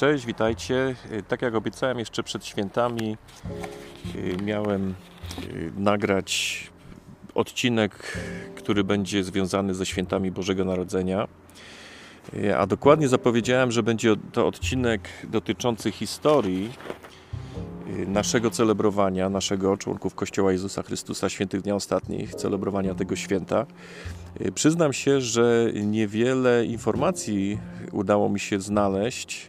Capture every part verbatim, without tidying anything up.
Cześć, witajcie. Tak jak obiecałem, jeszcze przed świętami miałem nagrać odcinek, który będzie związany ze świętami Bożego Narodzenia. A dokładnie zapowiedziałem, że będzie to odcinek dotyczący historii naszego celebrowania, naszego członków Kościoła Jezusa Chrystusa Świętych Dnia Ostatnich, celebrowania tego święta. Przyznam się, że niewiele informacji udało mi się znaleźć,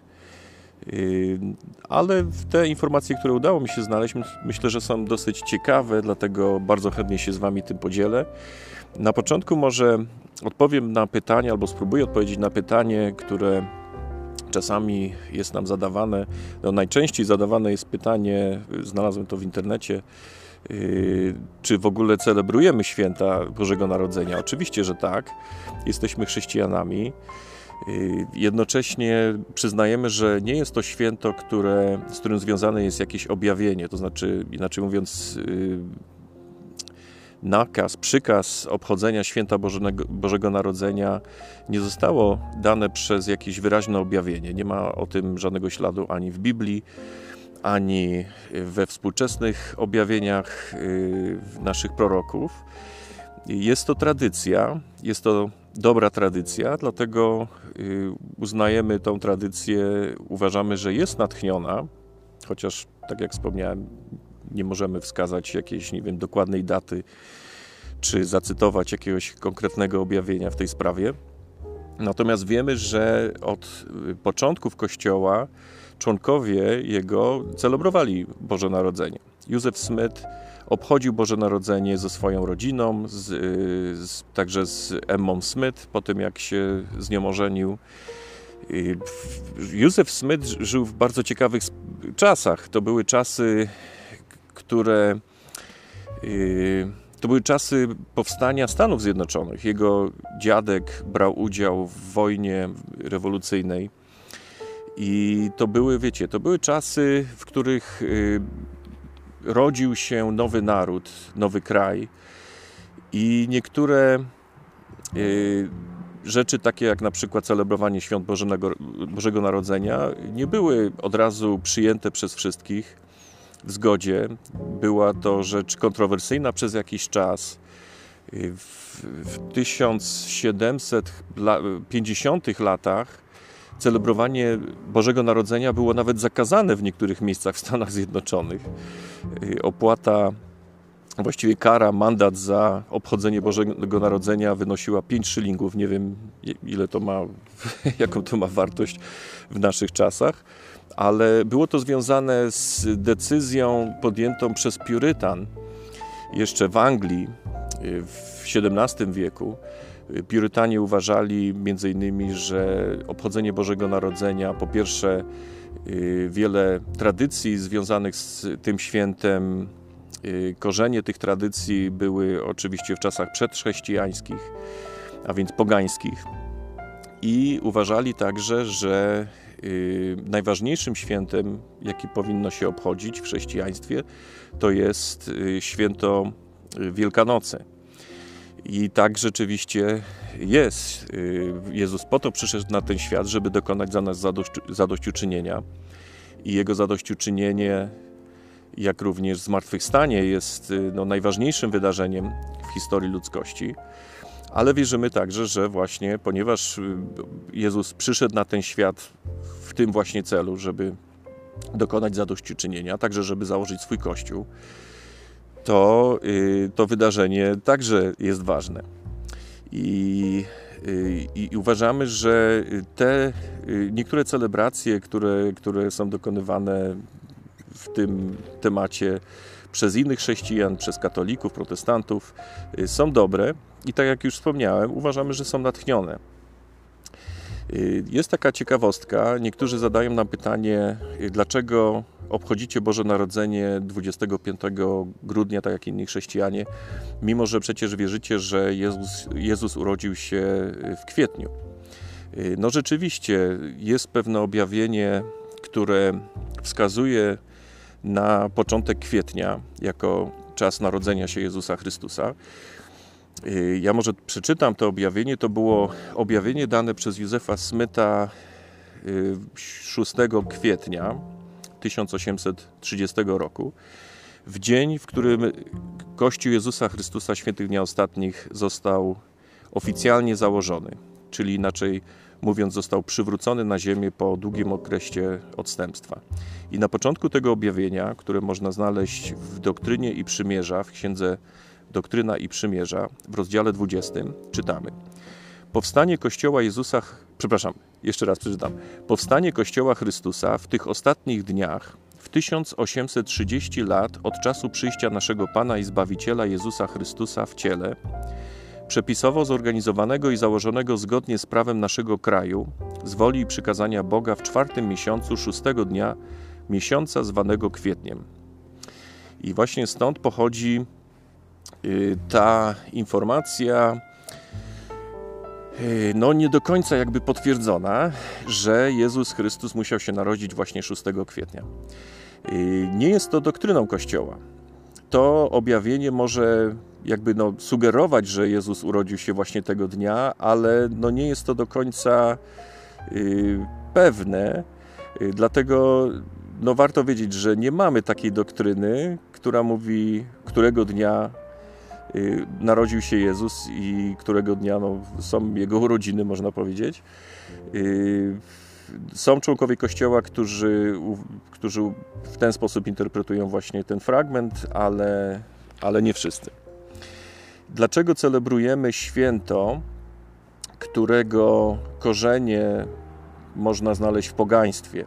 ale te informacje, które udało mi się znaleźć, myślę, że są dosyć ciekawe, dlatego bardzo chętnie się z Wami tym podzielę. Na początku może odpowiem na pytanie, albo spróbuję odpowiedzieć na pytanie, które czasami jest nam zadawane. No, najczęściej zadawane jest pytanie, znalazłem to w internecie, yy, czy w ogóle celebrujemy święta Bożego Narodzenia? Oczywiście, że tak. Jesteśmy chrześcijanami. Yy, jednocześnie przyznajemy, że nie jest to święto, które, z którym związane jest jakieś objawienie. To znaczy, inaczej mówiąc, yy, nakaz, przykaz obchodzenia święta Bożego, Bożego Narodzenia nie zostało dane przez jakieś wyraźne objawienie. Nie ma o tym żadnego śladu ani w Biblii, ani we współczesnych objawieniach naszych proroków. Jest to tradycja, jest to dobra tradycja, dlatego uznajemy tą tradycję, uważamy, że jest natchniona, chociaż, tak jak wspomniałem, nie możemy wskazać jakiejś, nie wiem, dokładnej daty, czy zacytować jakiegoś konkretnego objawienia w tej sprawie. Natomiast wiemy, że od początków Kościoła członkowie jego celebrowali Boże Narodzenie. Józef Smith obchodził Boże Narodzenie ze swoją rodziną, z, z, także z Emmą Smith, po tym jak się z nią ożenił. Józef Smith żył w bardzo ciekawych czasach. To były czasy, które to były czasy powstania Stanów Zjednoczonych. Jego dziadek brał udział w wojnie rewolucyjnej i to były, wiecie, to były czasy, w których rodził się nowy naród, nowy kraj i niektóre rzeczy takie jak na przykład celebrowanie świąt Bożego, Bożego Narodzenia nie były od razu przyjęte przez wszystkich w zgodzie. Była to rzecz kontrowersyjna przez jakiś czas. W, w tysiąc siedemset pięćdziesiątych latach celebrowanie Bożego Narodzenia było nawet zakazane w niektórych miejscach w Stanach Zjednoczonych. Opłata, właściwie kara, mandat za obchodzenie Bożego Narodzenia wynosiła pięć szylingów. Nie wiem, ile to ma, jaką to ma wartość w naszych czasach, ale było to związane z decyzją podjętą przez Purytan jeszcze w Anglii w siedemnastym wieku. Purytanie uważali między innymi, że obchodzenie Bożego Narodzenia, po pierwsze wiele tradycji związanych z tym świętem, korzenie tych tradycji były oczywiście w czasach przedchrześcijańskich, a więc pogańskich. I uważali także, że najważniejszym świętem, jaki powinno się obchodzić w chrześcijaństwie, to jest święto Wielkanocy. I tak rzeczywiście jest. Jezus po to przyszedł na ten świat, żeby dokonać za nas zadość, zadośćuczynienia. I Jego zadośćuczynienie, jak również zmartwychwstanie, jest no, najważniejszym wydarzeniem w historii ludzkości. Ale wierzymy także, że właśnie ponieważ Jezus przyszedł na ten świat w tym właśnie celu, żeby dokonać zadośćuczynienia, także żeby założyć swój Kościół, to to wydarzenie także jest ważne. I, i, i uważamy, że te niektóre celebracje, które, które są dokonywane w tym temacie przez innych chrześcijan, przez katolików, protestantów, są dobre i tak jak już wspomniałem, uważamy, że są natchnione. Jest taka ciekawostka, niektórzy zadają nam pytanie, dlaczego obchodzicie Boże Narodzenie dwudziestego piątego grudnia, tak jak inni chrześcijanie, mimo że przecież wierzycie, że Jezus, Jezus urodził się w kwietniu. No rzeczywiście jest pewne objawienie, które wskazuje na początek kwietnia jako czas narodzenia się Jezusa Chrystusa. Ja może przeczytam to objawienie. To było objawienie dane przez Józefa Smitha szóstego kwietnia tysiąc osiemset trzydziestego roku, w dzień, w którym Kościół Jezusa Chrystusa Świętych Dnia Ostatnich został oficjalnie założony, czyli inaczej mówiąc, został przywrócony na ziemię po długim okresie odstępstwa. I na początku tego objawienia, które można znaleźć w Doktrynie i Przymierza, w księdze Doktryna i Przymierza, w rozdziale dwudziestym, czytamy: Powstanie Kościoła Jezusa, przepraszam, jeszcze raz przeczytam. Powstanie Kościoła Chrystusa w tych ostatnich dniach, w tysiąc osiemset trzydzieści lat od czasu przyjścia naszego Pana i Zbawiciela Jezusa Chrystusa w ciele, przepisowo zorganizowanego i założonego zgodnie z prawem naszego kraju, z woli i przykazania Boga w czwartym miesiącu, szóstego dnia miesiąca zwanego kwietniem. I właśnie stąd pochodzi y, ta informacja, y, no nie do końca jakby potwierdzona, że Jezus Chrystus musiał się narodzić właśnie szóstego kwietnia. Y, nie jest to doktryną Kościoła. To objawienie może jakby no, sugerować, że Jezus urodził się właśnie tego dnia, ale no, nie jest to do końca y, pewne. Y, dlatego no, warto wiedzieć, że nie mamy takiej doktryny, która mówi, którego dnia y, narodził się Jezus i którego dnia no, są Jego urodziny, można powiedzieć. Y, Są członkowie Kościoła, którzy, którzy w ten sposób interpretują właśnie ten fragment, ale, ale nie wszyscy. Dlaczego celebrujemy święto, którego korzenie można znaleźć w pogaństwie?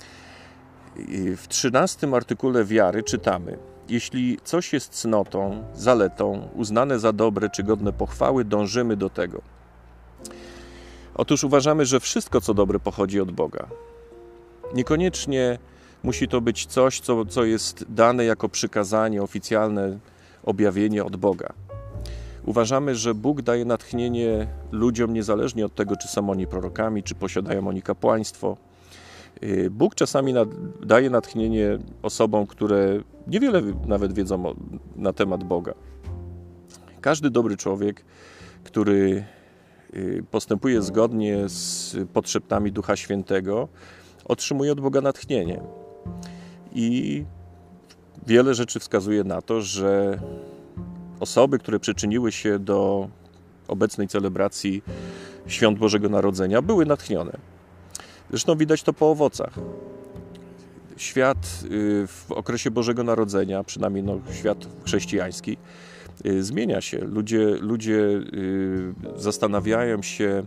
W trzynastym artykule wiary czytamy: Jeśli coś jest cnotą, zaletą, uznane za dobre czy godne pochwały, dążymy do tego. Otóż uważamy, że wszystko, co dobre, pochodzi od Boga. Niekoniecznie musi to być coś, co, co jest dane jako przykazanie, oficjalne objawienie od Boga. Uważamy, że Bóg daje natchnienie ludziom niezależnie od tego, czy są oni prorokami, czy posiadają oni kapłaństwo. Bóg czasami daje natchnienie osobom, które niewiele nawet wiedzą na temat Boga. Każdy dobry człowiek, który postępuje zgodnie z podszeptami Ducha Świętego, otrzymuje od Boga natchnienie. I wiele rzeczy wskazuje na to, że osoby, które przyczyniły się do obecnej celebracji Świąt Bożego Narodzenia, były natchnione. Zresztą widać to po owocach. Świat w okresie Bożego Narodzenia, przynajmniej no, świat chrześcijański, zmienia się. Ludzie, ludzie zastanawiają się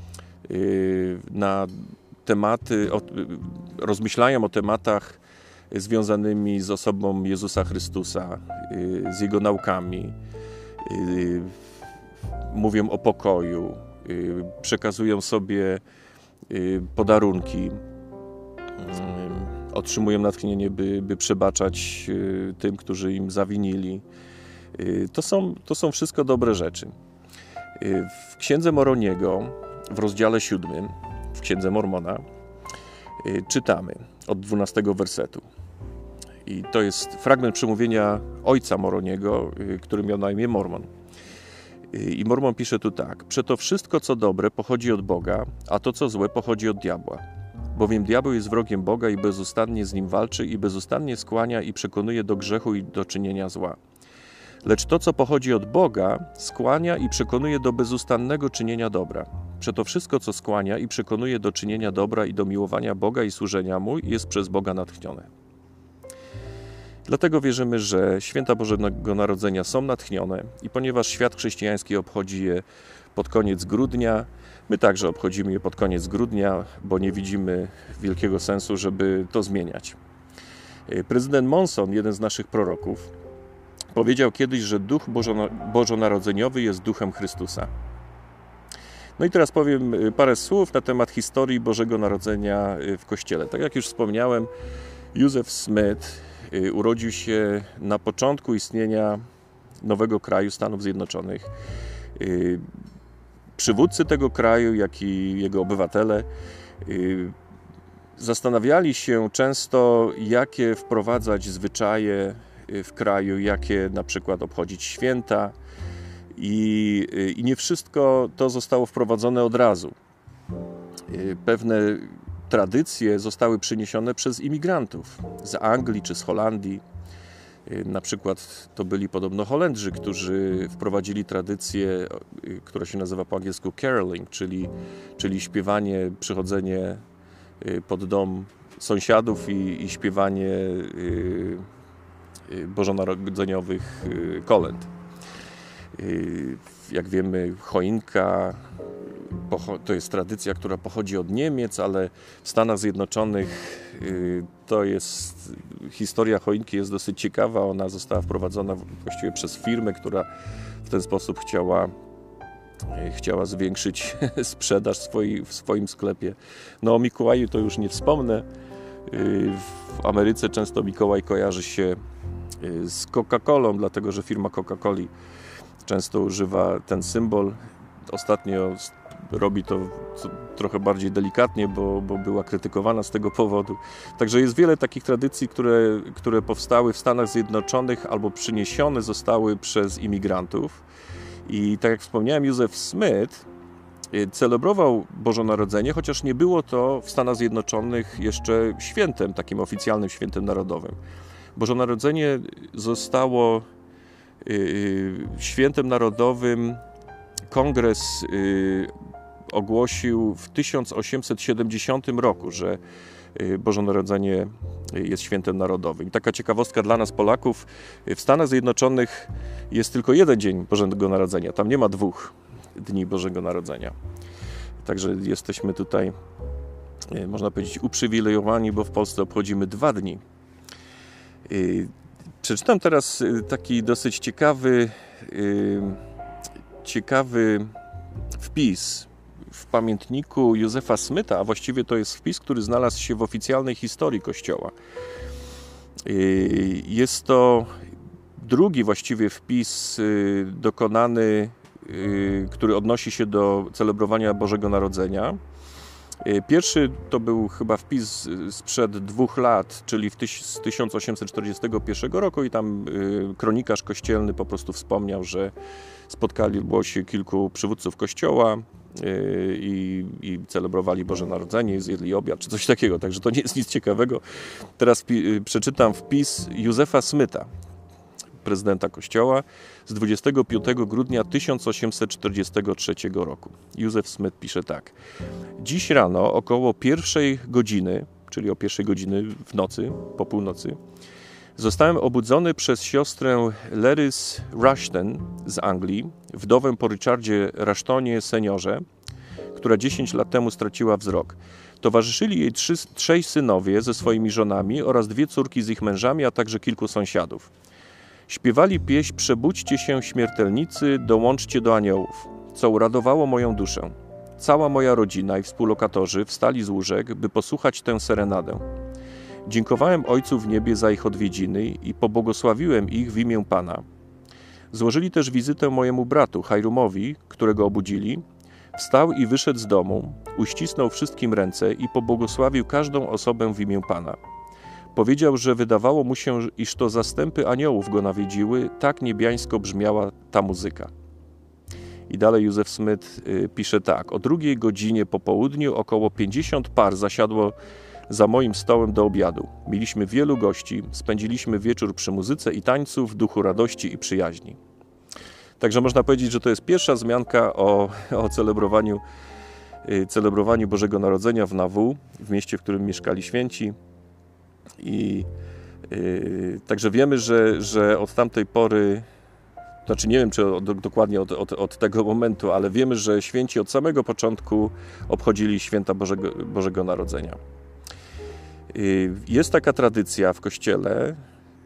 na tematy, rozmyślają o tematach związanymi z osobą Jezusa Chrystusa, z Jego naukami, mówią o pokoju, przekazują sobie podarunki, otrzymują natchnienie, by, by przebaczać tym, którzy im zawinili. To są, to są wszystko dobre rzeczy. W Księdze Moroniego, w rozdziale siódmym, w Księdze Mormona, czytamy od dwunastego wersetu. I to jest fragment przemówienia ojca Moroniego, który miał na imię Mormon. I Mormon pisze tu tak: Przeto wszystko, co dobre, pochodzi od Boga, a to, co złe, pochodzi od diabła. Bowiem diabeł jest wrogiem Boga i bezustannie z nim walczy i bezustannie skłania i przekonuje do grzechu i do czynienia zła. Lecz to, co pochodzi od Boga, skłania i przekonuje do bezustannego czynienia dobra. Przeto wszystko, co skłania i przekonuje do czynienia dobra i do miłowania Boga i służenia Mu, jest przez Boga natchnione. Dlatego wierzymy, że święta Bożego Narodzenia są natchnione i ponieważ świat chrześcijański obchodzi je pod koniec grudnia, my także obchodzimy je pod koniec grudnia, bo nie widzimy wielkiego sensu, żeby to zmieniać. Prezydent Monson, jeden z naszych proroków, powiedział kiedyś, że duch bożonarodzeniowy jest duchem Chrystusa. No i teraz powiem parę słów na temat historii Bożego Narodzenia w Kościele. Tak jak już wspomniałem, Joseph Smith urodził się na początku istnienia nowego kraju, Stanów Zjednoczonych. Przywódcy tego kraju, jak i jego obywatele zastanawiali się często, jakie wprowadzać zwyczaje w kraju, jakie na przykład obchodzić święta. I, I nie wszystko to zostało wprowadzone od razu. Pewne tradycje zostały przyniesione przez imigrantów z Anglii czy z Holandii. Na przykład to byli podobno Holendrzy, którzy wprowadzili tradycję, która się nazywa po angielsku caroling, czyli, czyli śpiewanie, przychodzenie pod dom sąsiadów i, i śpiewanie bożonarodzeniowych kolęd. Jak wiemy, choinka to jest tradycja, która pochodzi od Niemiec, ale w Stanach Zjednoczonych to jest, historia choinki jest dosyć ciekawa. Ona została wprowadzona właściwie przez firmę, która w ten sposób chciała, chciała zwiększyć sprzedaż swoi, w swoim sklepie. No o Mikołaju to już nie wspomnę. W Ameryce często Mikołaj kojarzy się z Coca-Colą, dlatego że firma Coca-Coli często używa ten symbol. Ostatnio robi to trochę bardziej delikatnie, bo, bo była krytykowana z tego powodu. Także jest wiele takich tradycji, które, które powstały w Stanach Zjednoczonych albo przyniesione zostały przez imigrantów. I tak jak wspomniałem, Józef Smith celebrował Bożonarodzenie, chociaż nie było to w Stanach Zjednoczonych jeszcze świętem, takim oficjalnym świętem narodowym. Bożonarodzenie zostało świętem narodowym. Kongres ogłosił w tysiąc osiemset siedemdziesiątym roku, że Bożonarodzenie jest świętem narodowym. I taka ciekawostka dla nas Polaków, w Stanach Zjednoczonych jest tylko jeden dzień Bożego Narodzenia, tam nie ma dwóch dni Bożego Narodzenia. Także jesteśmy tutaj, można powiedzieć, uprzywilejowani, bo w Polsce obchodzimy dwa dni. Przeczytam teraz taki dosyć ciekawy, ciekawy wpis w pamiętniku Józefa Smitha, a właściwie to jest wpis, który znalazł się w oficjalnej historii Kościoła. Jest to drugi właściwie wpis dokonany, który odnosi się do celebrowania Bożego Narodzenia. Pierwszy to był chyba wpis sprzed dwóch lat, czyli z tysiąc osiemset czterdziestego pierwszego roku i tam kronikarz kościelny po prostu wspomniał, że spotkaliło się kilku przywódców Kościoła i, i celebrowali Boże Narodzenie, zjedli obiad czy coś takiego, także to nie jest nic ciekawego. Teraz przeczytam wpis Józefa Smitha, prezydenta Kościoła, z dwudziestego piątego grudnia tysiąc osiemset czterdziestego trzeciego roku. Józef Smith pisze tak. Dziś rano około pierwszej godziny, czyli o pierwszej godziny w nocy, po północy, zostałem obudzony przez siostrę Lerys Rushton z Anglii, wdowę po Richardzie Rushtonie seniorze, która dziesięć lat temu straciła wzrok. Towarzyszyli jej trzy, trzej synowie ze swoimi żonami oraz dwie córki z ich mężami, a także kilku sąsiadów. Śpiewali pieśń Przebudźcie się, śmiertelnicy, dołączcie do aniołów, co uradowało moją duszę. Cała moja rodzina i współlokatorzy wstali z łóżek, by posłuchać tę serenadę. Dziękowałem Ojcu w niebie za ich odwiedziny i pobłogosławiłem ich w imię Pana. Złożyli też wizytę mojemu bratu, Hajrumowi, którego obudzili. Wstał i wyszedł z domu, uścisnął wszystkim ręce i pobłogosławił każdą osobę w imię Pana. Powiedział, że wydawało mu się, iż to zastępy aniołów go nawiedziły, tak niebiańsko brzmiała ta muzyka. I dalej Józef Smith pisze tak. O drugiej godzinie po południu około pięćdziesiąt par zasiadło za moim stołem do obiadu. Mieliśmy wielu gości, spędziliśmy wieczór przy muzyce i tańcu w duchu radości i przyjaźni. Także można powiedzieć, że to jest pierwsza wzmianka o, o celebrowaniu, celebrowaniu Bożego Narodzenia w Nauvoo, w mieście, w którym mieszkali święci. I yy, także wiemy, że, że od tamtej pory, znaczy nie wiem, czy od, dokładnie od, od, od tego momentu, ale wiemy, że święci od samego początku obchodzili święta Bożego, Bożego Narodzenia. Yy, jest taka tradycja w Kościele,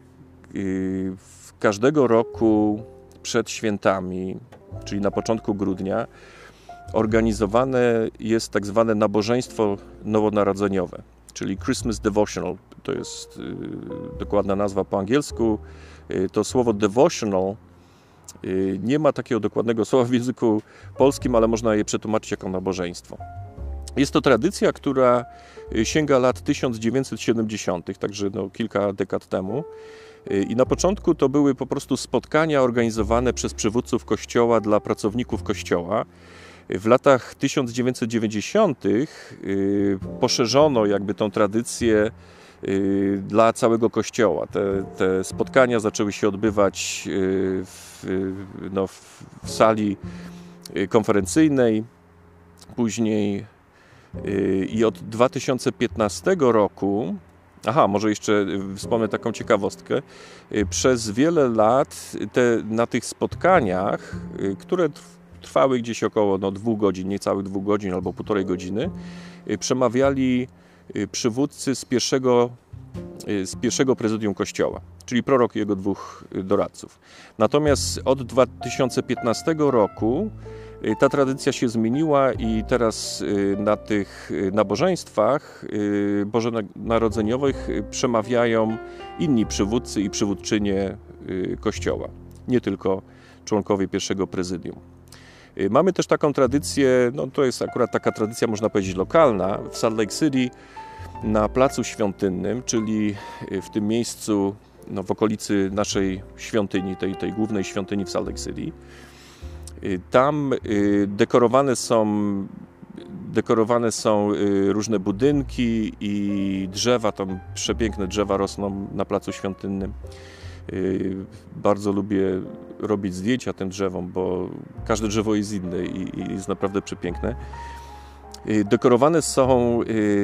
yy, każdego roku przed świętami, czyli na początku grudnia, organizowane jest tak zwane nabożeństwo nowonarodzeniowe, czyli Christmas Devotional. To jest y, dokładna nazwa po angielsku. Y, to słowo devotional y, nie ma takiego dokładnego słowa w języku polskim, ale można je przetłumaczyć jako nabożeństwo. Jest to tradycja, która sięga lat tysiąc dziewięćset siedemdziesiątych, także no, kilka dekad temu. Y, I na początku to były po prostu spotkania organizowane przez przywódców Kościoła dla pracowników Kościoła. W latach tysiąc dziewięćset dziewięćdziesiątych poszerzono jakby tą tradycję dla całego Kościoła. Te, te spotkania zaczęły się odbywać w, no, w sali konferencyjnej, później i od dwa tysiące piętnastego roku, aha, może jeszcze wspomnę taką ciekawostkę, przez wiele lat te, na tych spotkaniach, które trwały gdzieś około no, dwóch godzin, niecałych dwóch godzin albo półtorej godziny, przemawiali przywódcy z pierwszego, z pierwszego prezydium Kościoła, czyli prorok i jego dwóch doradców. Natomiast od dwa tysiące piętnastego roku ta tradycja się zmieniła i teraz na tych nabożeństwach bożonarodzeniowych przemawiają inni przywódcy i przywódczynie Kościoła, nie tylko członkowie pierwszego prezydium. Mamy też taką tradycję, no to jest akurat taka tradycja, można powiedzieć, lokalna, w Salt Lake City na Placu Świątynnym, czyli w tym miejscu, no, w okolicy naszej świątyni, tej, tej głównej świątyni w Salt Lake City. Tam dekorowane są, dekorowane są różne budynki i drzewa, tam przepiękne drzewa rosną na Placu Świątynnym. Bardzo lubię robić zdjęcia tym drzewom, bo każde drzewo jest inne i jest naprawdę przepiękne. Dekorowane są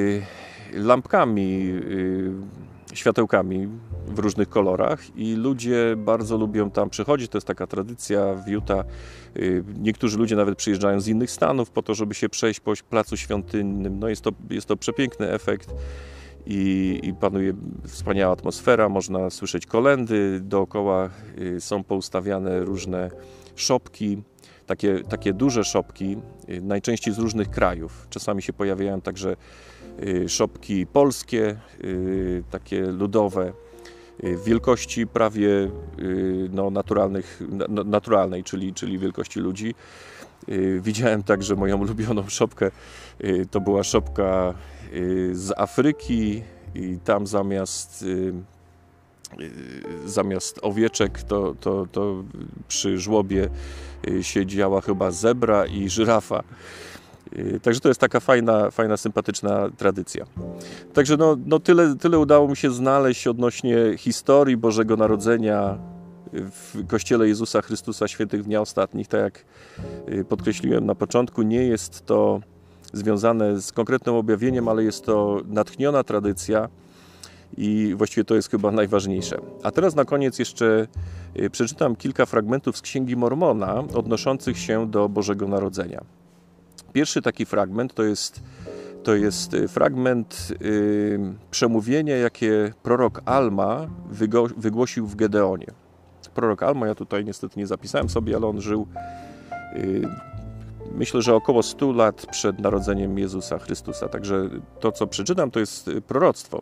lampkami, światełkami w różnych kolorach i ludzie bardzo lubią tam przychodzić. To jest taka tradycja w Utah. Niektórzy ludzie nawet przyjeżdżają z innych stanów po to, żeby się przejść po Placu Świątynnym. No jest to, jest to przepiękny efekt. I, i panuje wspaniała atmosfera, można słyszeć kolędy, dookoła są poustawiane różne szopki, takie, takie duże szopki, najczęściej z różnych krajów. Czasami się pojawiają także szopki polskie, takie ludowe, w wielkości prawie no, naturalnych, naturalnej, czyli, czyli wielkości ludzi. Widziałem także moją ulubioną szopkę, to była szopka z Afryki i tam zamiast, zamiast owieczek to, to, to przy żłobie siedziała chyba zebra i żyrafa. Także to jest taka fajna, fajna, sympatyczna tradycja. Także no, no tyle, tyle udało mi się znaleźć odnośnie historii Bożego Narodzenia w Kościele Jezusa Chrystusa Świętych Dnia Ostatnich. Tak jak podkreśliłem na początku, nie jest to związane z konkretnym objawieniem, ale jest to natchniona tradycja i właściwie to jest chyba najważniejsze. A teraz na koniec jeszcze przeczytam kilka fragmentów z Księgi Mormona odnoszących się do Bożego Narodzenia. Pierwszy taki fragment to jest, to jest fragment y, przemówienia, jakie prorok Alma wygo, wygłosił w Gedeonie. Prorok Alma, ja tutaj niestety nie zapisałem sobie, ale on żył y, myślę, że około stu lat przed narodzeniem Jezusa Chrystusa. Także to, co przeczytam, to jest proroctwo.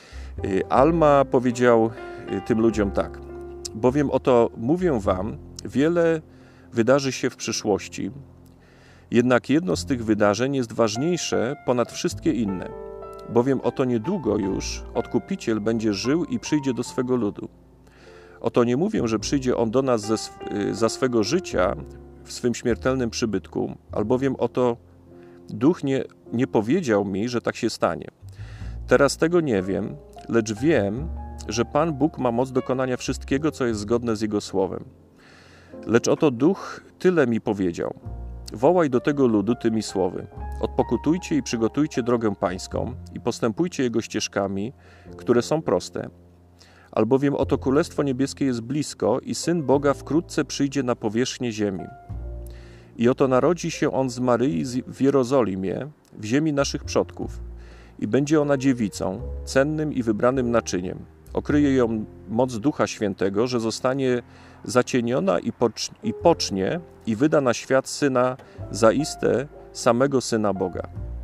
Alma powiedział tym ludziom tak. Bowiem oto mówię wam, wiele wydarzy się w przyszłości, jednak jedno z tych wydarzeń jest ważniejsze ponad wszystkie inne. Bowiem oto niedługo już Odkupiciel będzie żył i przyjdzie do swego ludu. Oto nie mówię, że przyjdzie on do nas ze, za swego życia, w swym śmiertelnym przybytku, albowiem oto Duch nie, nie powiedział mi, że tak się stanie. Teraz tego nie wiem, lecz wiem, że Pan Bóg ma moc dokonania wszystkiego, co jest zgodne z Jego słowem. Lecz oto Duch tyle mi powiedział. Wołaj do tego ludu tymi słowy. Odpokutujcie i przygotujcie drogę Pańską i postępujcie Jego ścieżkami, które są proste. Albowiem oto Królestwo Niebieskie jest blisko i Syn Boga wkrótce przyjdzie na powierzchnię ziemi. I oto narodzi się On z Maryi w Jerozolimie, w ziemi naszych przodków. I będzie ona dziewicą, cennym i wybranym naczyniem. Okryje ją moc Ducha Świętego, że zostanie zacieniona i, pocz i pocznie i wyda na świat Syna zaiste, samego Syna Boga.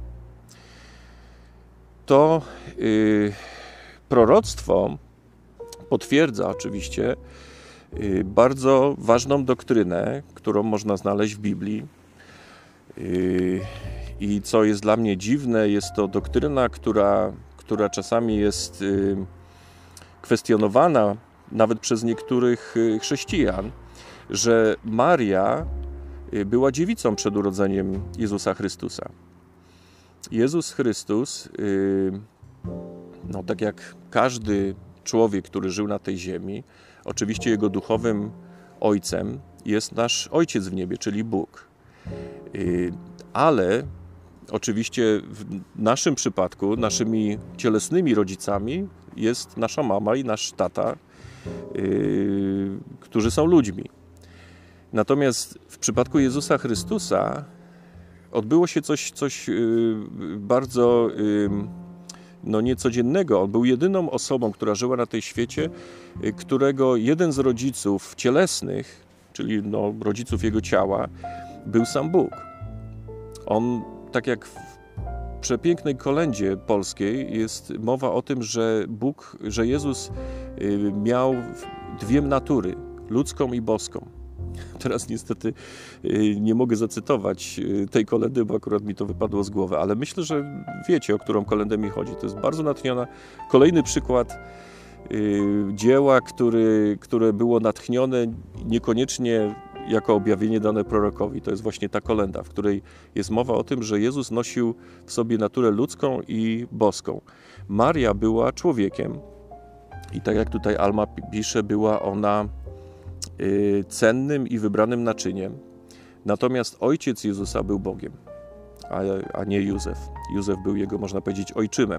To yy, proroctwo potwierdza oczywiście yy, bardzo ważną doktrynę, którą można znaleźć w Biblii. Yy, I co jest dla mnie dziwne, jest to doktryna, która, która czasami jest yy, kwestionowana nawet przez niektórych chrześcijan, że Maria była dziewicą przed urodzeniem Jezusa Chrystusa. Jezus Chrystus, no tak jak każdy człowiek, który żył na tej ziemi, oczywiście jego duchowym ojcem jest nasz Ojciec w niebie, czyli Bóg. Ale oczywiście w naszym przypadku, naszymi cielesnymi rodzicami jest nasza mama i nasz tata, którzy są ludźmi. Natomiast w przypadku Jezusa Chrystusa odbyło się coś, coś bardzo no, niecodziennego. On był jedyną osobą, która żyła na tej świecie, którego jeden z rodziców cielesnych, czyli no, rodziców jego ciała, był sam Bóg. On, tak jak w przepięknej kolędzie polskiej jest mowa o tym, że Bóg, że Jezus miał dwie natury, ludzką i boską. Teraz niestety nie mogę zacytować tej kolendy, bo akurat mi to wypadło z głowy, ale myślę, że wiecie, o którą kolendę mi chodzi. To jest bardzo natchniona. Kolejny przykład dzieła, który, które było natchnione niekoniecznie jako objawienie dane prorokowi. To jest właśnie ta kolenda, w której jest mowa o tym, że Jezus nosił w sobie naturę ludzką i boską. Maria była człowiekiem i tak jak tutaj Alma pisze, była ona cennym i wybranym naczyniem. Natomiast ojciec Jezusa był Bogiem, a, a nie Józef. Józef był jego, można powiedzieć, ojczymem.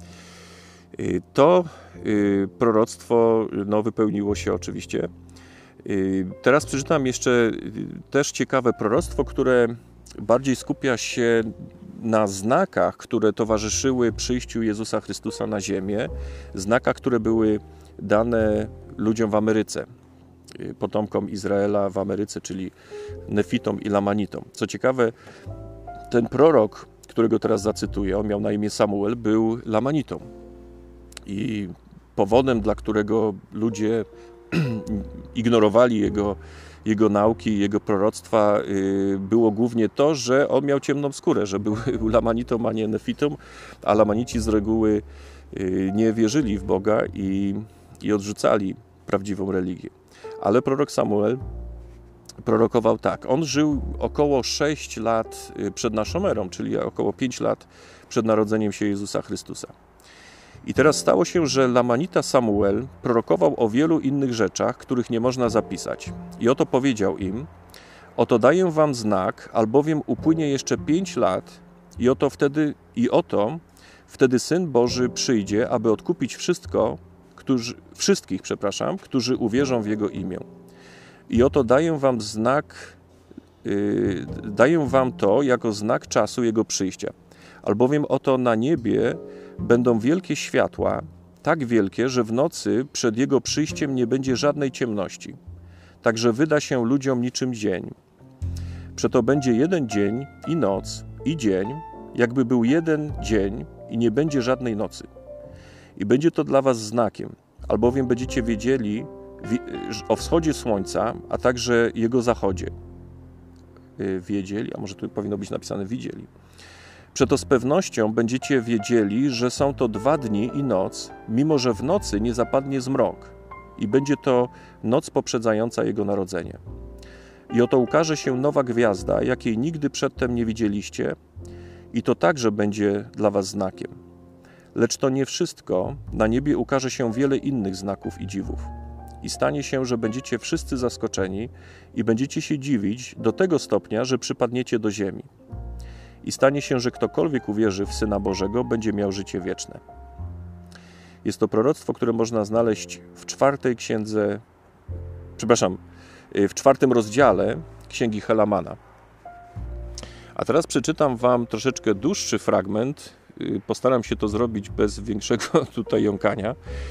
To proroctwo no, wypełniło się oczywiście. Teraz przeczytam jeszcze też ciekawe proroctwo, które bardziej skupia się na znakach, które towarzyszyły przyjściu Jezusa Chrystusa na ziemię, znakach, które były dane ludziom w Ameryce, potomkom Izraela w Ameryce, czyli Nefitom i Lamanitom. Co ciekawe, ten prorok, którego teraz zacytuję, on miał na imię Samuel, był Lamanitą. I powodem, dla którego ludzie ignorowali jego, jego nauki, jego proroctwa, było głównie to, że on miał ciemną skórę, że był Lamanitą, a nie Nefitą, a Lamanici z reguły nie wierzyli w Boga i, i odrzucali prawdziwą religię. Ale prorok Samuel prorokował tak. On żył około sześć lat przed naszą erą, czyli około pięć lat przed narodzeniem się Jezusa Chrystusa. I teraz stało się, że Lamanita Samuel prorokował o wielu innych rzeczach, których nie można zapisać. I oto powiedział im: oto daję wam znak, albowiem upłynie jeszcze pięć lat i oto wtedy, i oto wtedy Syn Boży przyjdzie, aby odkupić wszystko, którzy, wszystkich, przepraszam, którzy uwierzą w Jego imię. I oto daję wam znak, yy, daję wam to jako znak czasu Jego przyjścia. Albowiem oto na niebie będą wielkie światła, tak wielkie, że w nocy przed Jego przyjściem nie będzie żadnej ciemności. Także wyda się ludziom niczym dzień. Przeto będzie jeden dzień i noc, i dzień, jakby był jeden dzień i nie będzie żadnej nocy. I będzie to dla was znakiem, albowiem będziecie wiedzieli o wschodzie słońca, a także jego zachodzie. Wiedzieli, a może tu powinno być napisane widzieli. Przeto z pewnością będziecie wiedzieli, że są to dwa dni i noc, mimo że w nocy nie zapadnie zmrok i będzie to noc poprzedzająca Jego narodzenie. I oto ukaże się nowa gwiazda, jakiej nigdy przedtem nie widzieliście, i to także będzie dla was znakiem. Lecz to nie wszystko, na niebie ukaże się wiele innych znaków i dziwów. I stanie się, że będziecie wszyscy zaskoczeni i będziecie się dziwić do tego stopnia, że przypadniecie do ziemi. I stanie się, że ktokolwiek uwierzy w Syna Bożego, będzie miał życie wieczne. Jest to proroctwo, które można znaleźć w czwartej księdze, przepraszam, w czwartym rozdziale Księgi Helamana. A teraz przeczytam wam troszeczkę dłuższy fragment. Postaram się to zrobić bez większego tutaj jąkania,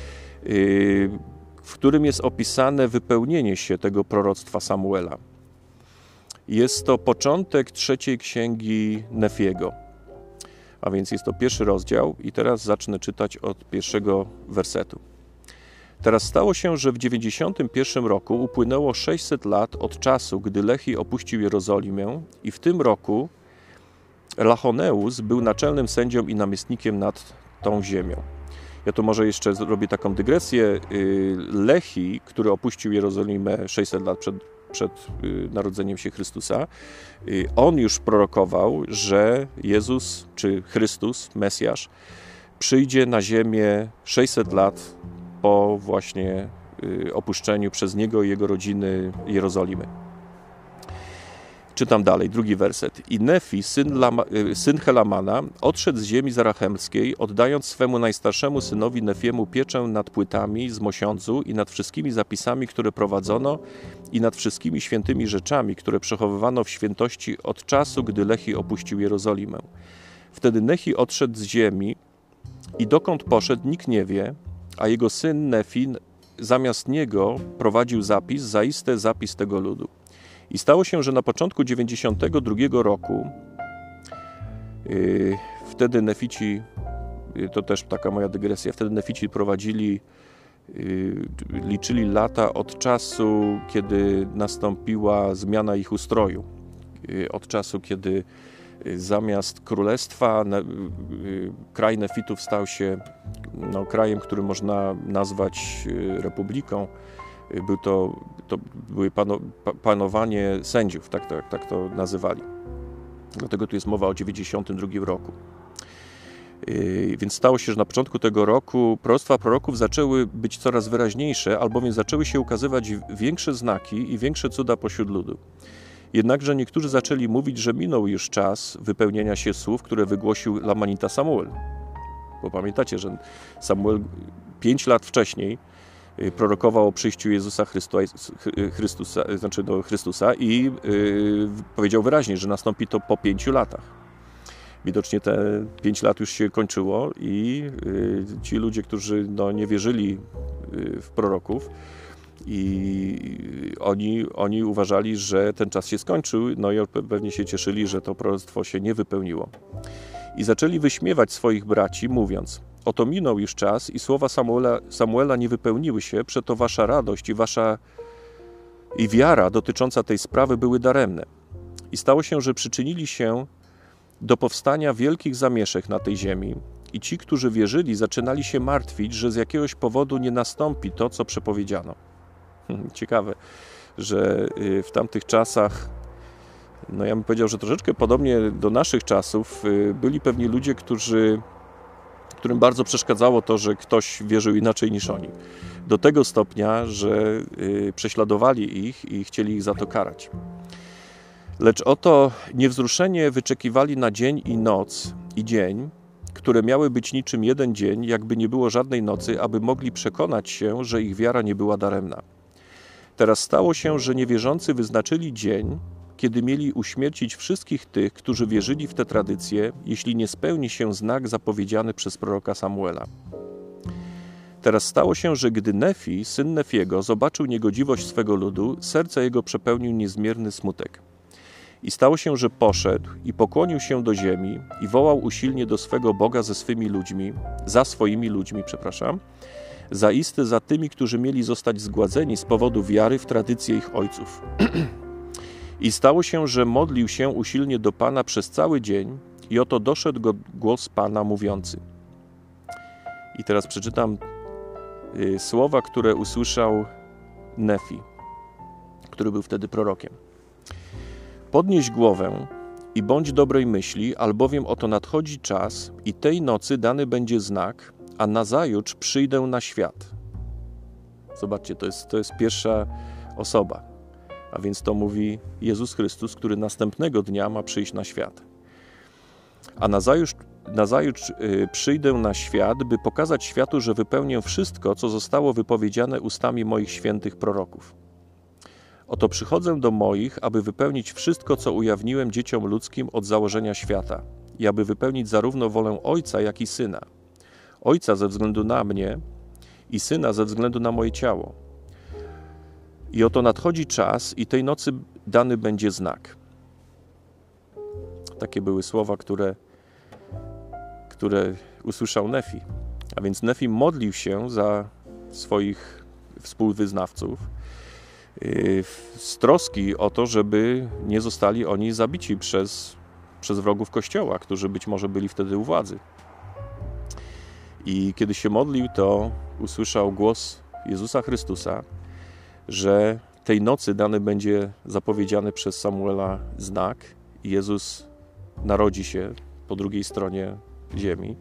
w którym jest opisane wypełnienie się tego proroctwa Samuela. Jest to początek trzeciej księgi Nefiego, a więc jest to pierwszy rozdział i teraz zacznę czytać od pierwszego wersetu. Teraz stało się, że w dziewięćdziesiątym pierwszym roku upłynęło sześćset lat od czasu, gdy Lehi opuścił Jerozolimę i w tym roku Lachoneus był naczelnym sędzią i namiestnikiem nad tą ziemią. Ja tu może jeszcze zrobię taką dygresję. Lehi, który opuścił Jerozolimę sześćset lat przed, przed narodzeniem się Chrystusa. On już prorokował, że Jezus, czy Chrystus, Mesjasz, przyjdzie na ziemię sześćset lat po właśnie opuszczeniu przez Niego i Jego rodziny Jerozolimy. Czytam dalej, drugi werset. I Nefi, syn, Lama, syn Helamana, odszedł z ziemi zarachemskiej, oddając swemu najstarszemu synowi Nefiemu pieczę nad płytami z mosiądzu i nad wszystkimi zapisami, które prowadzono i nad wszystkimi świętymi rzeczami, które przechowywano w świętości od czasu, gdy Lehi opuścił Jerozolimę. Wtedy Nefi odszedł z ziemi i dokąd poszedł, nikt nie wie, a jego syn Nefi zamiast niego prowadził zapis, zaiste zapis tego ludu. I stało się, że na początku dziewięćdziesiątego drugiego roku, yy, wtedy Nefici, yy, to też taka moja dygresja, wtedy Nefici prowadzili, yy, liczyli lata od czasu, kiedy nastąpiła zmiana ich ustroju. Yy, od czasu, kiedy yy, zamiast królestwa yy, kraj Nefitów stał się no, krajem, który można nazwać yy, republiką. Był to, to były pano, panowanie sędziów, tak, tak, tak to nazywali. Dlatego tu jest mowa o dziewięćdziesiątym drugim roku. Yy, więc stało się, że na początku tego roku proroctwa proroków zaczęły być coraz wyraźniejsze, albowiem zaczęły się ukazywać większe znaki i większe cuda pośród ludu. Jednakże niektórzy zaczęli mówić, że minął już czas wypełnienia się słów, które wygłosił Lamanita Samuel. Bo pamiętacie, że Samuel pięć lat wcześniej prorokował o przyjściu Jezusa Chrystusa, Chrystusa, znaczy do Chrystusa i yy, powiedział wyraźnie, że nastąpi to po pięciu latach. Widocznie te pięć lat już się kończyło i yy, ci ludzie, którzy no, nie wierzyli yy, w proroków, i oni, oni uważali, że ten czas się skończył, no i pewnie się cieszyli, że to proroctwo się nie wypełniło. I zaczęli wyśmiewać swoich braci, mówiąc: oto minął już czas i słowa Samuela, Samuela nie wypełniły się, przeto wasza radość i wasza i wiara dotycząca tej sprawy były daremne. I stało się, że przyczynili się do powstania wielkich zamieszek na tej ziemi i ci, którzy wierzyli, zaczynali się martwić, że z jakiegoś powodu nie nastąpi to, co przepowiedziano. Ciekawe, że w tamtych czasach, no ja bym powiedział, że troszeczkę podobnie do naszych czasów, byli pewni ludzie, którzy którym bardzo przeszkadzało to, że ktoś wierzył inaczej niż oni. Do tego stopnia, że y, prześladowali ich i chcieli ich za to karać. Lecz oto niewzruszenie wyczekiwali na dzień i noc i dzień, które miały być niczym jeden dzień, jakby nie było żadnej nocy, aby mogli przekonać się, że ich wiara nie była daremna. Teraz stało się, że niewierzący wyznaczyli dzień, kiedy mieli uśmiercić wszystkich tych, którzy wierzyli w tę tradycję, jeśli nie spełni się znak zapowiedziany przez proroka Samuela. Teraz stało się, że gdy Nefi, syn Nefiego, zobaczył niegodziwość swego ludu, serce jego przepełnił niezmierny smutek. I stało się, że poszedł i pokłonił się do ziemi i wołał usilnie do swego Boga ze swymi ludźmi, za swoimi ludźmi, przepraszam, zaiste za tymi, którzy mieli zostać zgładzeni z powodu wiary w tradycję ich ojców. I stało się, że modlił się usilnie do Pana przez cały dzień i oto doszedł go głos Pana mówiący. I teraz przeczytam y, słowa, które usłyszał Nefi, który był wtedy prorokiem. Podnieś głowę i bądź dobrej myśli, albowiem oto nadchodzi czas i tej nocy dany będzie znak, a nazajutrz przyjdę na świat. Zobaczcie, to jest, to jest pierwsza osoba. A więc to mówi Jezus Chrystus, który następnego dnia ma przyjść na świat. A nazajutrz, nazajutrz yy, przyjdę na świat, by pokazać światu, że wypełnię wszystko, co zostało wypowiedziane ustami moich świętych proroków. Oto przychodzę do moich, aby wypełnić wszystko, co ujawniłem dzieciom ludzkim od założenia świata i aby wypełnić zarówno wolę Ojca, jak i Syna. Ojca ze względu na mnie i Syna ze względu na moje ciało. I oto nadchodzi czas i tej nocy dany będzie znak. Takie były słowa, które, które usłyszał Nefi. A więc Nefi modlił się za swoich współwyznawców z troski o to, żeby nie zostali oni zabici przez, przez wrogów Kościoła, którzy być może byli wtedy u władzy. I kiedy się modlił, to usłyszał głos Jezusa Chrystusa, że tej nocy dany będzie zapowiedziany przez Samuela znak i Jezus narodzi się po drugiej stronie ziemi,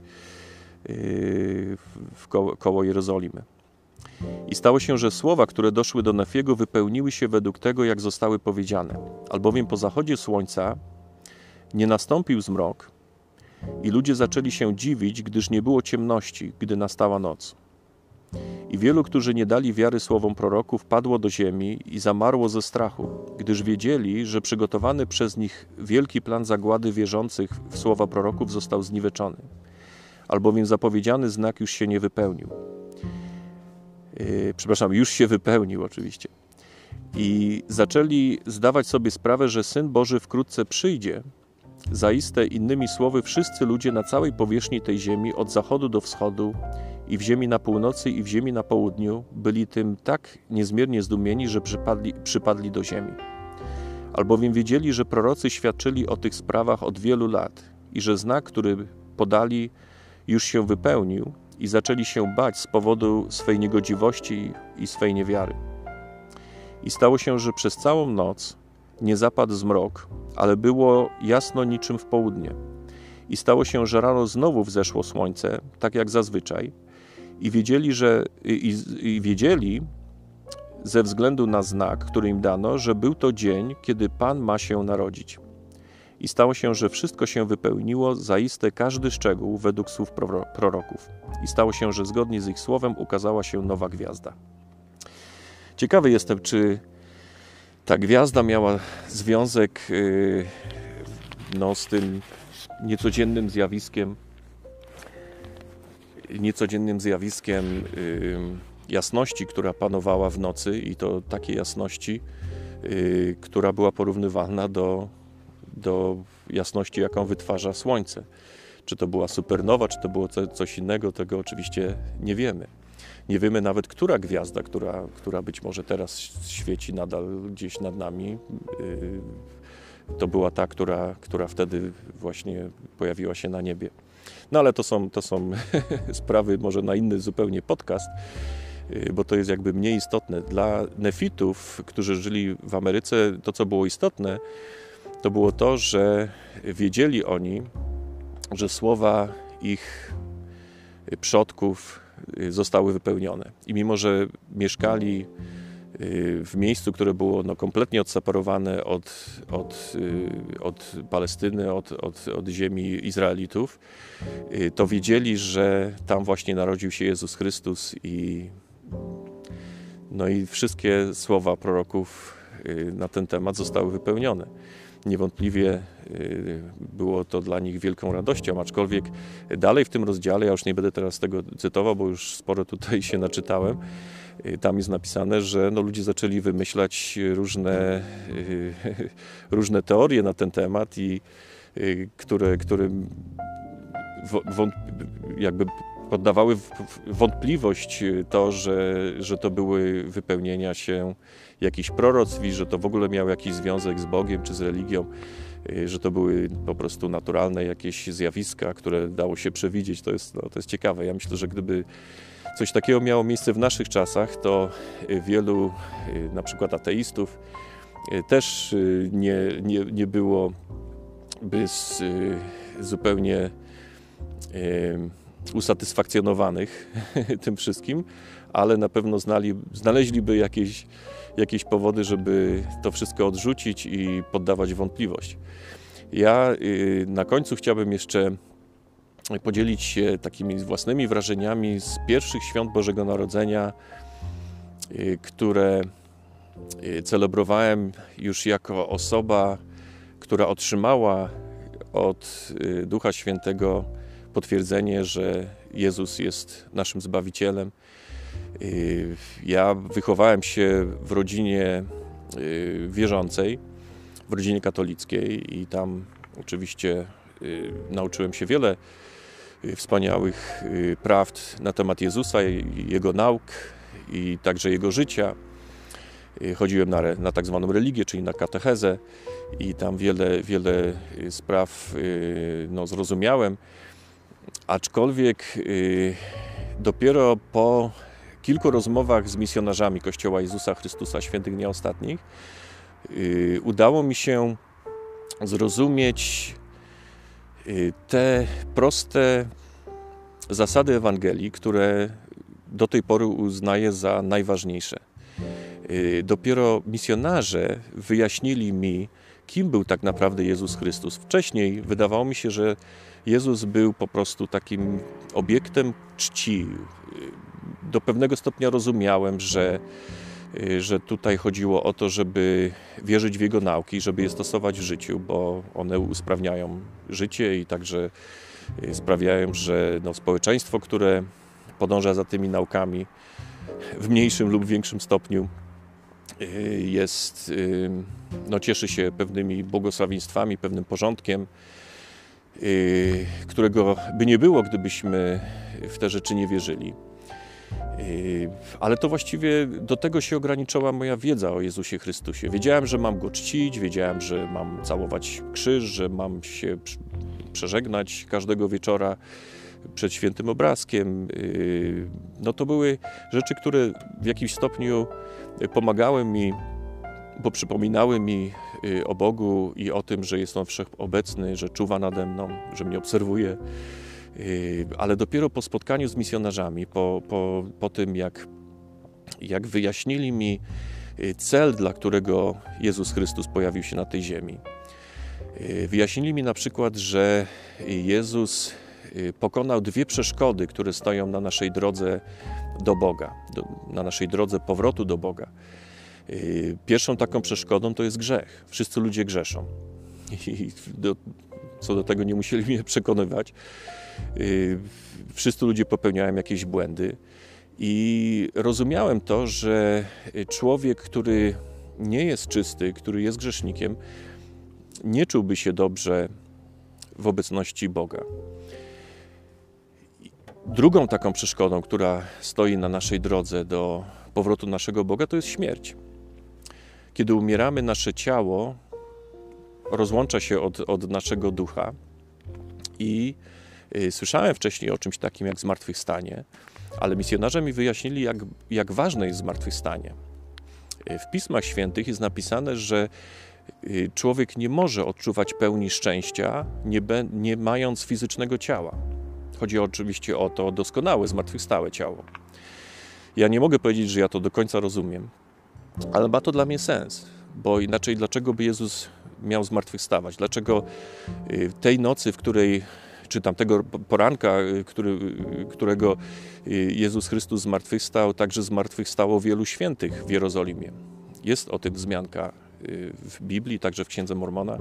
w koło, koło Jerozolimy. I stało się, że słowa, które doszły do Nefiego, wypełniły się według tego, jak zostały powiedziane. Albowiem po zachodzie słońca nie nastąpił zmrok i ludzie zaczęli się dziwić, gdyż nie było ciemności, gdy nastała noc. I wielu, którzy nie dali wiary słowom proroków, padło do ziemi i zamarło ze strachu, gdyż wiedzieli, że przygotowany przez nich wielki plan zagłady wierzących w słowa proroków został zniweczony, albowiem zapowiedziany znak już się nie wypełnił. Yy, przepraszam, już się wypełnił oczywiście. I zaczęli zdawać sobie sprawę, że Syn Boży wkrótce przyjdzie. Zaiste, innymi słowy, wszyscy ludzie na całej powierzchni tej ziemi, od zachodu do wschodu, i w ziemi na północy, i w ziemi na południu, byli tym tak niezmiernie zdumieni, że przypadli, przypadli do ziemi. Albowiem wiedzieli, że prorocy świadczyli o tych sprawach od wielu lat i że znak, który podali, już się wypełnił i zaczęli się bać z powodu swej niegodziwości i swej niewiary. I stało się, że przez całą noc nie zapadł zmrok, ale było jasno niczym w południe. I stało się, że rano znowu wzeszło słońce, tak jak zazwyczaj, i wiedzieli, że, i, i wiedzieli ze względu na znak, który im dano, że był to dzień, kiedy Pan ma się narodzić. I stało się, że wszystko się wypełniło, zaiste każdy szczegół według słów proroków. I stało się, że zgodnie z ich słowem ukazała się nowa gwiazda. Ciekawy jestem, czy ta gwiazda miała związek yy, no, z tym niecodziennym zjawiskiem, niecodziennym zjawiskiem yy, jasności, która panowała w nocy, i to takiej jasności, yy, która była porównywalna do, do jasności, jaką wytwarza Słońce. Czy to była supernowa, czy to było coś innego, tego oczywiście nie wiemy. Nie wiemy nawet, która gwiazda, która, która być może teraz świeci nadal gdzieś nad nami, yy, to była ta, która, która wtedy właśnie pojawiła się na niebie. No ale to są, to są sprawy może na inny zupełnie podcast, yy, bo to jest jakby mniej istotne. Dla nefitów, którzy żyli w Ameryce, to co było istotne, to było to, że wiedzieli oni, że słowa ich przodków zostały wypełnione. I mimo, że mieszkali w miejscu, które było no, kompletnie odseparowane od, od, od Palestyny, od, od, od ziemi Izraelitów, to wiedzieli, że tam właśnie narodził się Jezus Chrystus i, no i wszystkie słowa proroków na ten temat zostały wypełnione. Niewątpliwie było to dla nich wielką radością, aczkolwiek dalej w tym rozdziale, ja już nie będę teraz tego cytował, bo już sporo tutaj się naczytałem, tam jest napisane, że no ludzie zaczęli wymyślać różne, różne teorie na ten temat, i które, które jakby poddawały wątpliwość to, że, że to były wypełnienia się jakichś proroctw i że to w ogóle miało jakiś związek z Bogiem czy z religią, że to były po prostu naturalne jakieś zjawiska, które dało się przewidzieć. To jest, no, to jest ciekawe. Ja myślę, że gdyby coś takiego miało miejsce w naszych czasach, to wielu na przykład ateistów też nie, nie, nie byłoby z, zupełnie usatysfakcjonowanych tym wszystkim, ale na pewno znali, znaleźliby jakieś, jakieś powody, żeby to wszystko odrzucić i poddawać wątpliwość. Ja na końcu chciałbym jeszcze podzielić się takimi własnymi wrażeniami z pierwszych świąt Bożego Narodzenia, które celebrowałem już jako osoba, która otrzymała od Ducha Świętego potwierdzenie, że Jezus jest naszym Zbawicielem. Ja wychowałem się w rodzinie wierzącej, w rodzinie katolickiej, i tam oczywiście nauczyłem się wiele wspaniałych prawd na temat Jezusa i Jego nauk, i także Jego życia. Chodziłem na, na tak zwaną religię, czyli na katechezę, i tam wiele, wiele spraw no, zrozumiałem. Aczkolwiek dopiero po kilku rozmowach z misjonarzami Kościoła Jezusa Chrystusa Świętych Dni Ostatnich udało mi się zrozumieć te proste zasady Ewangelii, które do tej pory uznaję za najważniejsze. Dopiero misjonarze wyjaśnili mi, kim był tak naprawdę Jezus Chrystus. Wcześniej wydawało mi się, że Jezus był po prostu takim obiektem czci. Do pewnego stopnia rozumiałem, że, że tutaj chodziło o to, żeby wierzyć w Jego nauki, żeby je stosować w życiu, bo one usprawniają życie i także sprawiają, że no, społeczeństwo, które podąża za tymi naukami w mniejszym lub większym stopniu, jest, no, cieszy się pewnymi błogosławieństwami, pewnym porządkiem, którego by nie było, gdybyśmy w te rzeczy nie wierzyli. Ale to właściwie do tego się ograniczała moja wiedza o Jezusie Chrystusie. Wiedziałem, że mam Go czcić, wiedziałem, że mam całować krzyż, że mam się przeżegnać każdego wieczora przed świętym obrazkiem. No to były rzeczy, które w jakimś stopniu pomagały mi, bo przypominały mi o Bogu i o tym, że jest On wszechobecny, że czuwa nade mną, że mnie obserwuje. Ale dopiero po spotkaniu z misjonarzami, po, po, po tym jak, jak wyjaśnili mi cel, dla którego Jezus Chrystus pojawił się na tej ziemi. Wyjaśnili mi na przykład, że Jezus pokonał dwie przeszkody, które stoją na naszej drodze do Boga, do, na naszej drodze powrotu do Boga. Pierwszą taką przeszkodą to jest grzech. Wszyscy ludzie grzeszą. I do, co do tego nie musieli mnie przekonywać. Wszyscy ludzie popełniają jakieś błędy. I rozumiałem to, że człowiek, który nie jest czysty, który jest grzesznikiem, nie czułby się dobrze w obecności Boga. Drugą taką przeszkodą, która stoi na naszej drodze do powrotu naszego Boga, to jest śmierć. Kiedy umieramy, nasze ciało rozłącza się od, od naszego ducha i y, słyszałem wcześniej o czymś takim jak zmartwychwstanie, ale misjonarze mi wyjaśnili, jak, jak ważne jest zmartwychwstanie. W Pismach Świętych jest napisane, że y, człowiek nie może odczuwać pełni szczęścia, nie, be, nie mając fizycznego ciała. Chodzi oczywiście o to doskonałe, zmartwychwstałe ciało. Ja nie mogę powiedzieć, że ja to do końca rozumiem, ale ma to dla mnie sens, bo inaczej dlaczego by Jezus miał zmartwychwstawać? Dlaczego tej nocy, w której, czy tamtego poranka, który, którego Jezus Chrystus zmartwychwstał, także zmartwychwstało wielu świętych w Jerozolimie. Jest o tym wzmianka w Biblii, także w Księdze Mormona.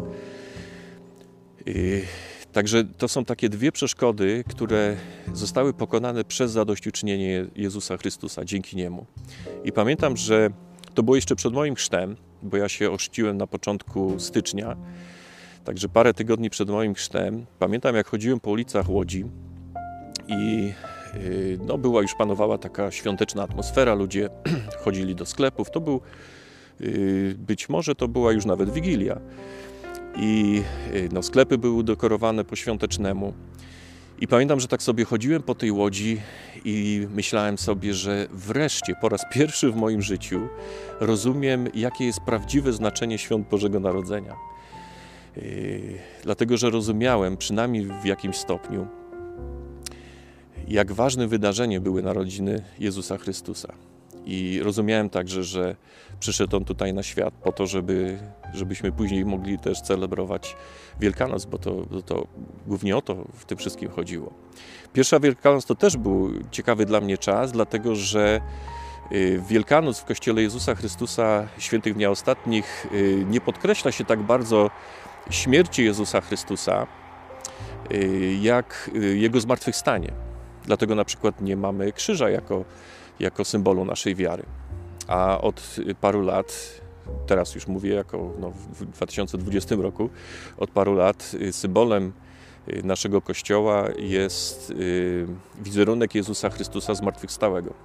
Także to są takie dwie przeszkody, które zostały pokonane przez zadośćuczynienie Jezusa Chrystusa, dzięki Niemu. I pamiętam, że to było jeszcze przed moim chrztem, bo ja się ochrzciłem na początku stycznia, także parę tygodni przed moim chrztem. Pamiętam, jak chodziłem po ulicach Łodzi i no, była już panowała taka świąteczna atmosfera, ludzie chodzili do sklepów. To był, być może to była już nawet Wigilia. I no, sklepy były udekorowane po świątecznemu. I pamiętam, że tak sobie chodziłem po tej Łodzi i myślałem sobie, że wreszcie po raz pierwszy w moim życiu rozumiem, jakie jest prawdziwe znaczenie świąt Bożego Narodzenia. Yy, dlatego, że rozumiałem, przynajmniej w jakimś stopniu, jak ważnym wydarzeniem były narodziny Jezusa Chrystusa. I rozumiałem także, że przyszedł On tutaj na świat po to, żeby, żebyśmy później mogli też celebrować Wielkanoc, bo to, to, to głównie o to w tym wszystkim chodziło. Pierwsza Wielkanoc to też był ciekawy dla mnie czas, dlatego że Wielkanoc w Kościele Jezusa Chrystusa Świętych Dni Ostatnich nie podkreśla się tak bardzo śmierci Jezusa Chrystusa, jak Jego zmartwychwstanie. Dlatego na przykład nie mamy krzyża jako jako symbolu naszej wiary. A od paru lat, teraz już mówię jako no, w dwa tysiące dwudziestym roku, od paru lat symbolem naszego Kościoła jest wizerunek Jezusa Chrystusa zmartwychwstałego.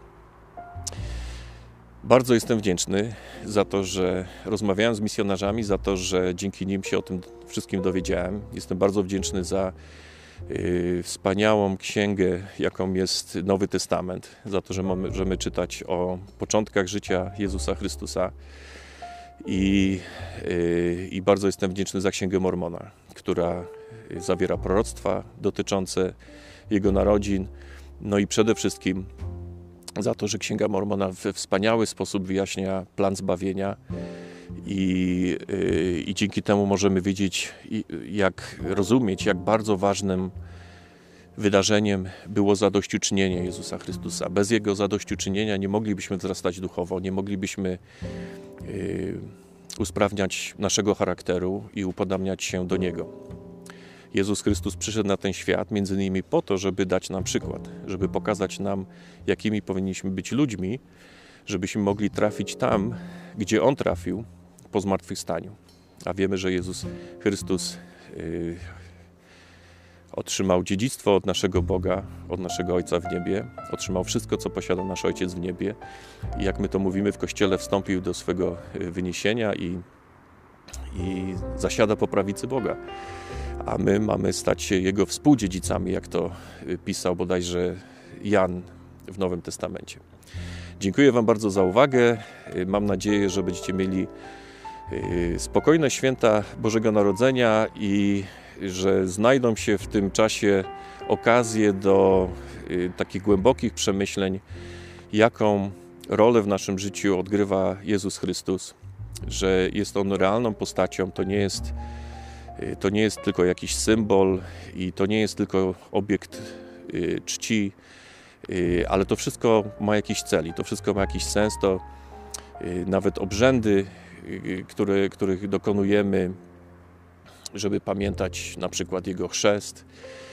Bardzo jestem wdzięczny za to, że rozmawiałem z misjonarzami, za to, że dzięki nim się o tym wszystkim dowiedziałem. Jestem bardzo wdzięczny za wspaniałą księgę, jaką jest Nowy Testament, za to, że możemy czytać o początkach życia Jezusa Chrystusa. I, i bardzo jestem wdzięczny za Księgę Mormona, która zawiera proroctwa dotyczące Jego narodzin. No i przede wszystkim za to, że Księga Mormona w wspaniały sposób wyjaśnia plan zbawienia i, i dzięki temu możemy wiedzieć, jak rozumieć, jak bardzo ważnym wydarzeniem było zadośćuczynienie Jezusa Chrystusa. Bez Jego zadośćuczynienia nie moglibyśmy wzrastać duchowo, nie moglibyśmy yy, usprawniać naszego charakteru i upodabniać się do Niego. Jezus Chrystus przyszedł na ten świat między innymi po to, żeby dać nam przykład, żeby pokazać nam, jakimi powinniśmy być ludźmi, żebyśmy mogli trafić tam, gdzie On trafił po zmartwychwstaniu. A wiemy, że Jezus Chrystus yy, otrzymał dziedzictwo od naszego Boga, od naszego Ojca w niebie, otrzymał wszystko, co posiada nasz Ojciec w niebie i jak my to mówimy w Kościele, wstąpił do swego wyniesienia i, i zasiada po prawicy Boga. A my mamy stać się Jego współdziedzicami, jak to pisał bodajże Jan w Nowym Testamencie. Dziękuję Wam bardzo za uwagę. Mam nadzieję, że będziecie mieli spokojne święta Bożego Narodzenia i że znajdą się w tym czasie okazje do takich głębokich przemyśleń, jaką rolę w naszym życiu odgrywa Jezus Chrystus, że jest On realną postacią, to nie jest, to nie jest tylko jakiś symbol i to nie jest tylko obiekt czci, ale to wszystko ma jakiś cel i to wszystko ma jakiś sens, to nawet obrzędy, które, których dokonujemy, żeby pamiętać na przykład Jego chrzest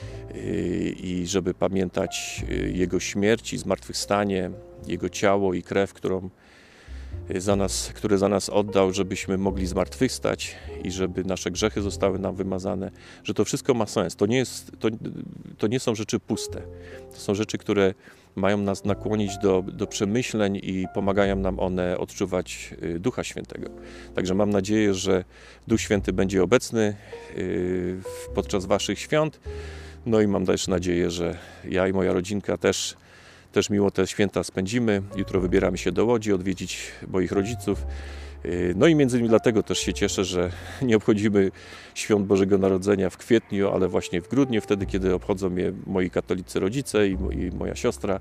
i żeby pamiętać Jego śmierć i zmartwychwstanie, Jego ciało i krew, którą za nas, które za nas oddał, żebyśmy mogli zmartwychwstać i żeby nasze grzechy zostały nam wymazane, że to wszystko ma sens. To nie jest, to, to nie są rzeczy puste. To są rzeczy, które mają nas nakłonić do, do przemyśleń i pomagają nam one odczuwać Ducha Świętego. Także mam nadzieję, że Duch Święty będzie obecny podczas Waszych świąt. No i mam też nadzieję, że ja i moja rodzinka też Też miło te święta spędzimy. Jutro wybieramy się do Łodzi, odwiedzić moich rodziców. No i między innymi dlatego też się cieszę, że nie obchodzimy świąt Bożego Narodzenia w kwietniu, ale właśnie w grudniu, wtedy kiedy obchodzą je moi katolicy rodzice i moja siostra.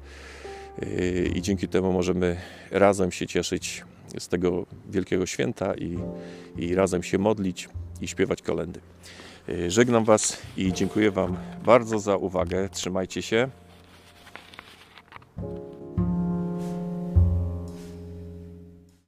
I dzięki temu możemy razem się cieszyć z tego wielkiego święta i, i razem się modlić i śpiewać kolędy. Żegnam Was i dziękuję Wam bardzo za uwagę. Trzymajcie się.